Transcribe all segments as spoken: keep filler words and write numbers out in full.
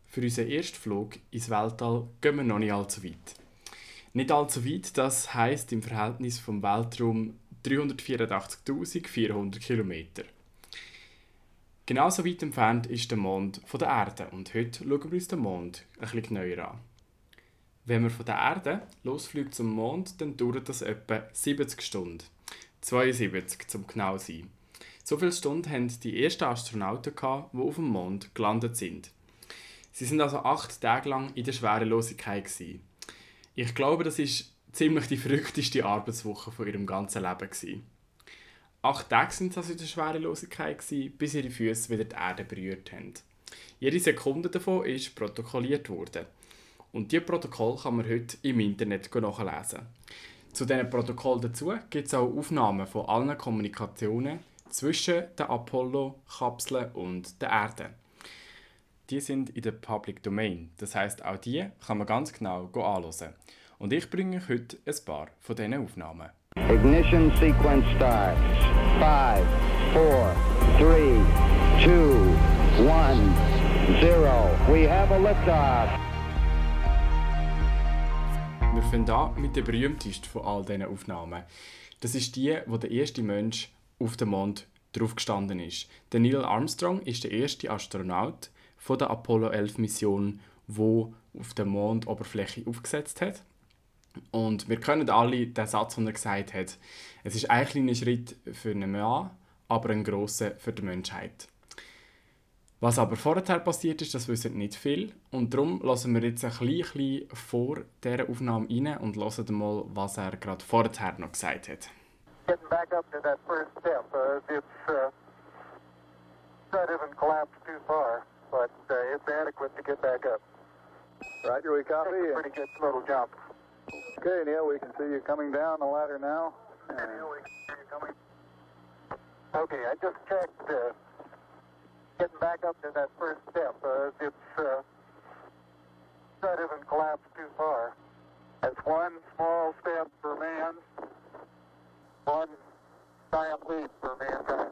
für unseren ersten Flug ins Weltall gehen wir noch nicht allzu weit. Nicht allzu weit, das heisst im Verhältnis vom Weltraum dreihundertvierundachtzigtausendvierhundert Kilometer. Genauso weit entfernt ist der Mond von der Erde und heute schauen wir uns den Mond ein bisschen genauer an. Wenn man von der Erde losfliegt zum Mond, dann dauert das etwa siebzig Stunden. zweiundsiebzig, zum genau zu sein. So viele Stunden hatten die ersten Astronauten, die auf dem Mond gelandet sind. Sie sind also acht Tage lang in der Schwerelosigkeit. Ich glaube, das ist ziemlich die verrückteste Arbeitswoche von ihrem ganzen Leben. Acht Tage sind sie also in der Schwerelosigkeit, bis ihre Füße wieder die Erde berührt haben. Jede Sekunde davon ist protokolliert worden. Und dieses Protokoll kann man heute im Internet nachlesen. Zu diesen Protokollen dazu gibt es auch Aufnahmen von allen Kommunikationen zwischen der Apollo-Kapseln und der Erde. Die sind in der Public Domain, das heisst, auch die kann man ganz genau anschauen. Und ich bringe euch heute ein paar von diesen Aufnahmen. Ignition sequence starts. Five, four, three, two, one, zero. We have a liftoff. Wir fangen an mit der berühmtesten von all diesen Aufnahmen. Das ist die, wo der erste Mensch auf dem Mond drauf gestanden ist. Der Neil Armstrong ist der erste Astronaut von der Apollo elf Mission, wo auf der Mondoberfläche aufgesetzt hat. Und wir kennen alle den Satz, den er gesagt hat: Es ist ein kleiner Schritt für einen Mann, aber ein grosser für die Menschheit. Was aber vorher passiert ist, das wissen nicht viel. Und darum lassen wir jetzt ein bisschen vor dieser Aufnahme rein und hören mal, was er gerade vorher noch gesagt hat. Getting back up to that first step. Uh, it's uh, not even collapsed too far, but uh, it's adequate to get back up. Roger, we copy. It's a pretty good little jump. Okay, Neil, we can see you coming down the ladder now. Yeah, Neil, we can see you coming. Okay, I just checked. Uh, getting back up to that first step. Uh, it's uh, not even collapsed too far. That's one small step for man. One giant leap for mankind.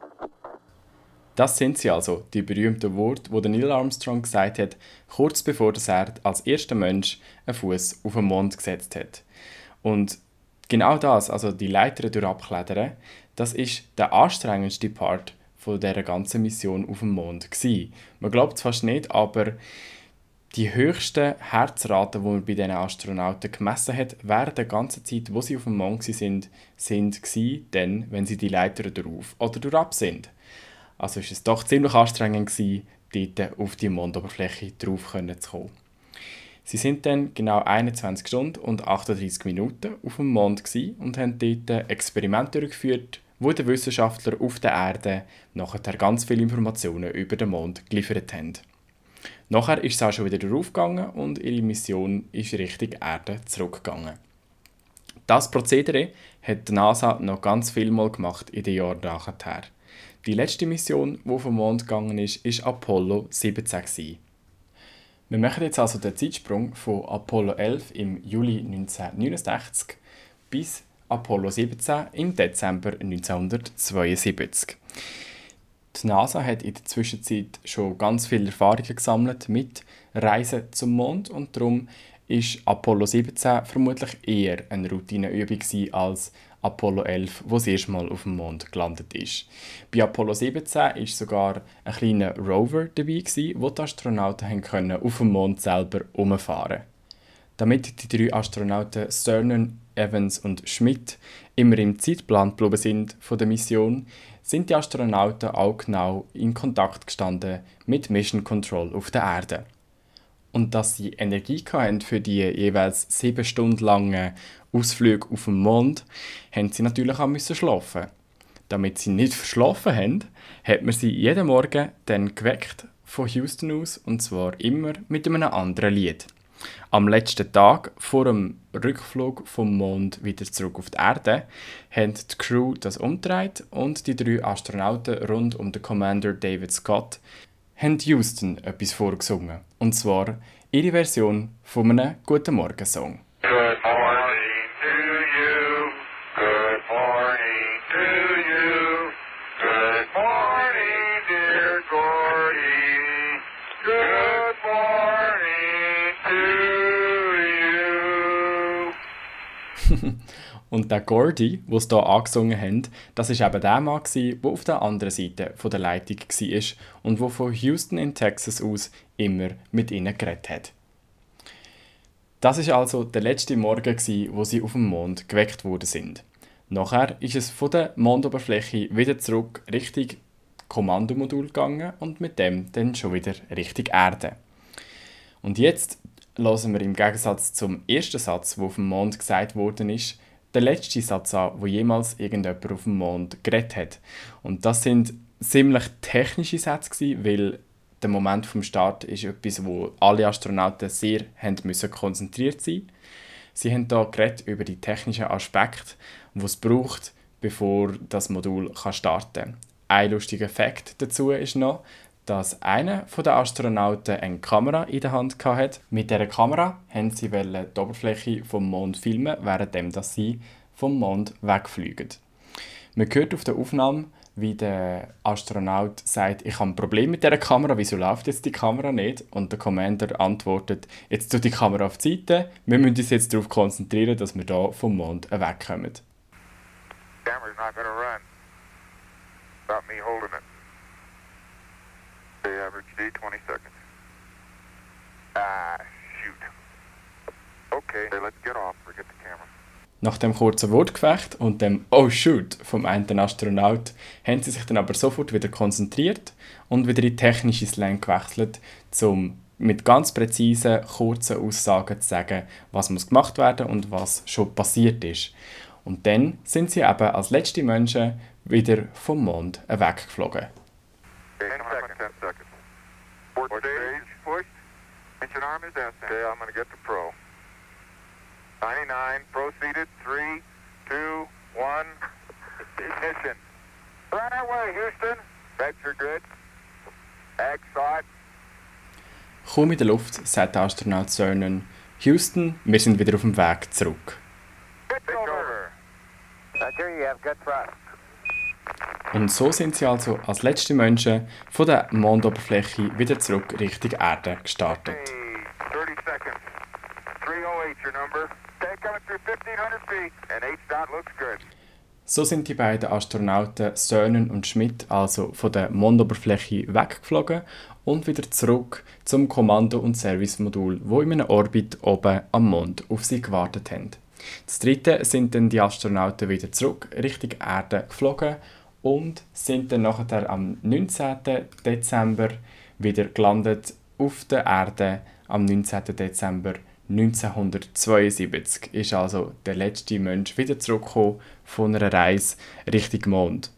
Das sind sie also, die berühmten Worte, die Neil Armstrong gesagt hat, kurz bevor er als erster Mensch einen Fuß auf den Mond gesetzt hat. Und genau das, also die Leiter durchabklettern, das ist der anstrengendste Part von dieser ganzen Mission auf dem Mond gewesen. Man glaubt es fast nicht, aber die höchsten Herzraten, die man bei diesen Astronauten gemessen hat, während der ganzen Zeit, wo sie auf dem Mond waren, sind dann, wenn sie die Leiter drauf oder durchab sind. Also war es doch ziemlich anstrengend, dort auf die Mondoberfläche drauf zu kommen. Sie sind dann genau einundzwanzig Stunden und achtunddreissig Minuten auf dem Mond und haben dort Experimente durchgeführt, wo die Wissenschaftler auf der Erde nachher ganz viele Informationen über den Mond geliefert haben. Nachher ist es auch schon wieder draufgegangen und ihre Mission ist Richtung Erde zurückgegangen. Das Prozedere hat die NASA noch ganz viel Mal gemacht in den Jahren nachher. Die letzte Mission, die auf den Mond gegangen ist, war Apollo siebzehn. Wir machen jetzt also den Zeitsprung von Apollo elf im Juli neunzehnhundertneunundsechzig bis Apollo siebzehn im Dezember neunzehnhundertzweiundsiebzig. Die NASA hat in der Zwischenzeit schon ganz viele Erfahrungen gesammelt mit Reisen zum Mond und darum ist Apollo siebzehn vermutlich eher eine Routineübung als Apollo elf, wo das erste Mal auf dem Mond gelandet ist. Bei Apollo siebzehn war sogar ein kleiner Rover dabei, wo die Astronauten können auf dem Mond selber herumfahren. Damit die drei Astronauten Cernan, Evans und Schmidt immer im Zeitplan geblieben sind von der Mission, sind die Astronauten auch genau in Kontakt gestanden mit Mission Control auf der Erde. Und dass sie Energie hatten für die jeweils sieben Stunden langen Ausflüge auf den Mond, mussten sie natürlich auch schlafen. Damit sie nicht verschlafen haben, hat man sie jeden Morgen dann geweckt von Houston aus, und zwar immer mit einem anderen Lied. Am letzten Tag vor dem Rückflug vom Mond wieder zurück auf die Erde hat die Crew das umgedreht und die drei Astronauten rund um den Commander David Scott haben Houston etwas vorgesungen. Und zwar ihre Version von einem Guten Morgen-Song. Good morning to you. Good morning to you. Good morning, dear Gordy. Good morning. Und der Gordy, den sie hier angesungen haben, das war eben der Mann, der auf der anderen Seite der Leitung war und der von Houston in Texas aus immer mit ihnen geredet hat. Das war also der letzte Morgen, wo sie auf dem Mond geweckt worden sind. Nachher ist es von der Mondoberfläche wieder zurück Richtung Kommandomodul gegangen und mit dem dann schon wieder Richtung Erde. Und jetzt hören wir im Gegensatz zum ersten Satz, der auf dem Mond gesagt worden ist, der letzte Satz an, wo jemals irgendjemand auf dem Mond geredet hat. Und das sind ziemlich technische Sätze gewesen, weil der Moment vom Start ist etwas, wo alle Astronauten sehr haben müssen konzentriert sein. Sie haben hier geredet über die technischen Aspekte, die es braucht, bevor das Modul starten kann. Ein lustiger Fakt dazu ist noch, dass einer der Astronauten eine Kamera in der Hand hatte. Mit dieser Kamera wollten sie die Oberfläche vom Mond filmen, während sie vom Mond wegfliegen. Man hört auf der Aufnahme, wie der Astronaut sagt, ich habe ein Problem mit dieser Kamera, wieso läuft jetzt die Kamera nicht? Und der Commander antwortet, jetzt tut die Kamera auf die Seite, wir müssen uns jetzt darauf konzentrieren, dass wir hier vom Mond wegkommen. Camera's not going to run. Without me holding it. The average D, twenty seconds. Ah, shoot. Okay, let's get off. Forget the camera. Nach dem kurzen Wortgefecht und dem «Oh shoot» vom einen Astronaut haben sie sich dann aber sofort wieder konzentriert und wieder in technische Slang gewechselt, um mit ganz präzisen, kurzen Aussagen zu sagen, was muss gemacht werden und was schon passiert ist. Und dann sind sie eben als letzte Menschen wieder vom Mond weggeflogen. ten seconds. ten seconds. Fourth stage pushed. Engine arm is descent. Okay, I'm going to get the pro. ninety-nine, proceeded. three, two, one. Ignition. Right away, Houston. Vets are good. Ag thought. Kaum in der Luft sagt der Astronaut Cernan, Houston, wir sind wieder auf dem Weg zurück. Pitch over. Roger, you have good thrust. Und so sind sie also als letzte Menschen von der Mondoberfläche wieder zurück Richtung Erde gestartet. thirty seconds. three oh eight your number. Okay, coming through fifteen hundred feet. And H-Dot looks good. So sind die beiden Astronauten Cernan und Schmidt also von der Mondoberfläche weggeflogen und wieder zurück zum Kommando- und Servicemodul, wo in einem Orbit oben am Mond auf sie gewartet haben. Das dritte sind dann die Astronauten wieder zurück Richtung Erde geflogen und sind dann nachher am neunzehnten Dezember wieder gelandet auf der Erde. Am neunzehnten Dezember neunzehnhundertzweiundsiebzig ist also der letzte Mensch wieder zurückgekommen von einer Reise Richtung Mond.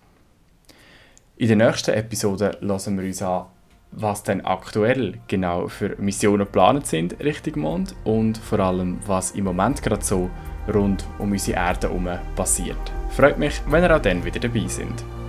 In der nächsten Episode hören wir uns an, was denn aktuell genau für Missionen geplant sind Richtung Mond und vor allem, was im Moment gerade so rund um unsere Erde herum passiert. Freut mich, wenn ihr auch dann wieder dabei seid.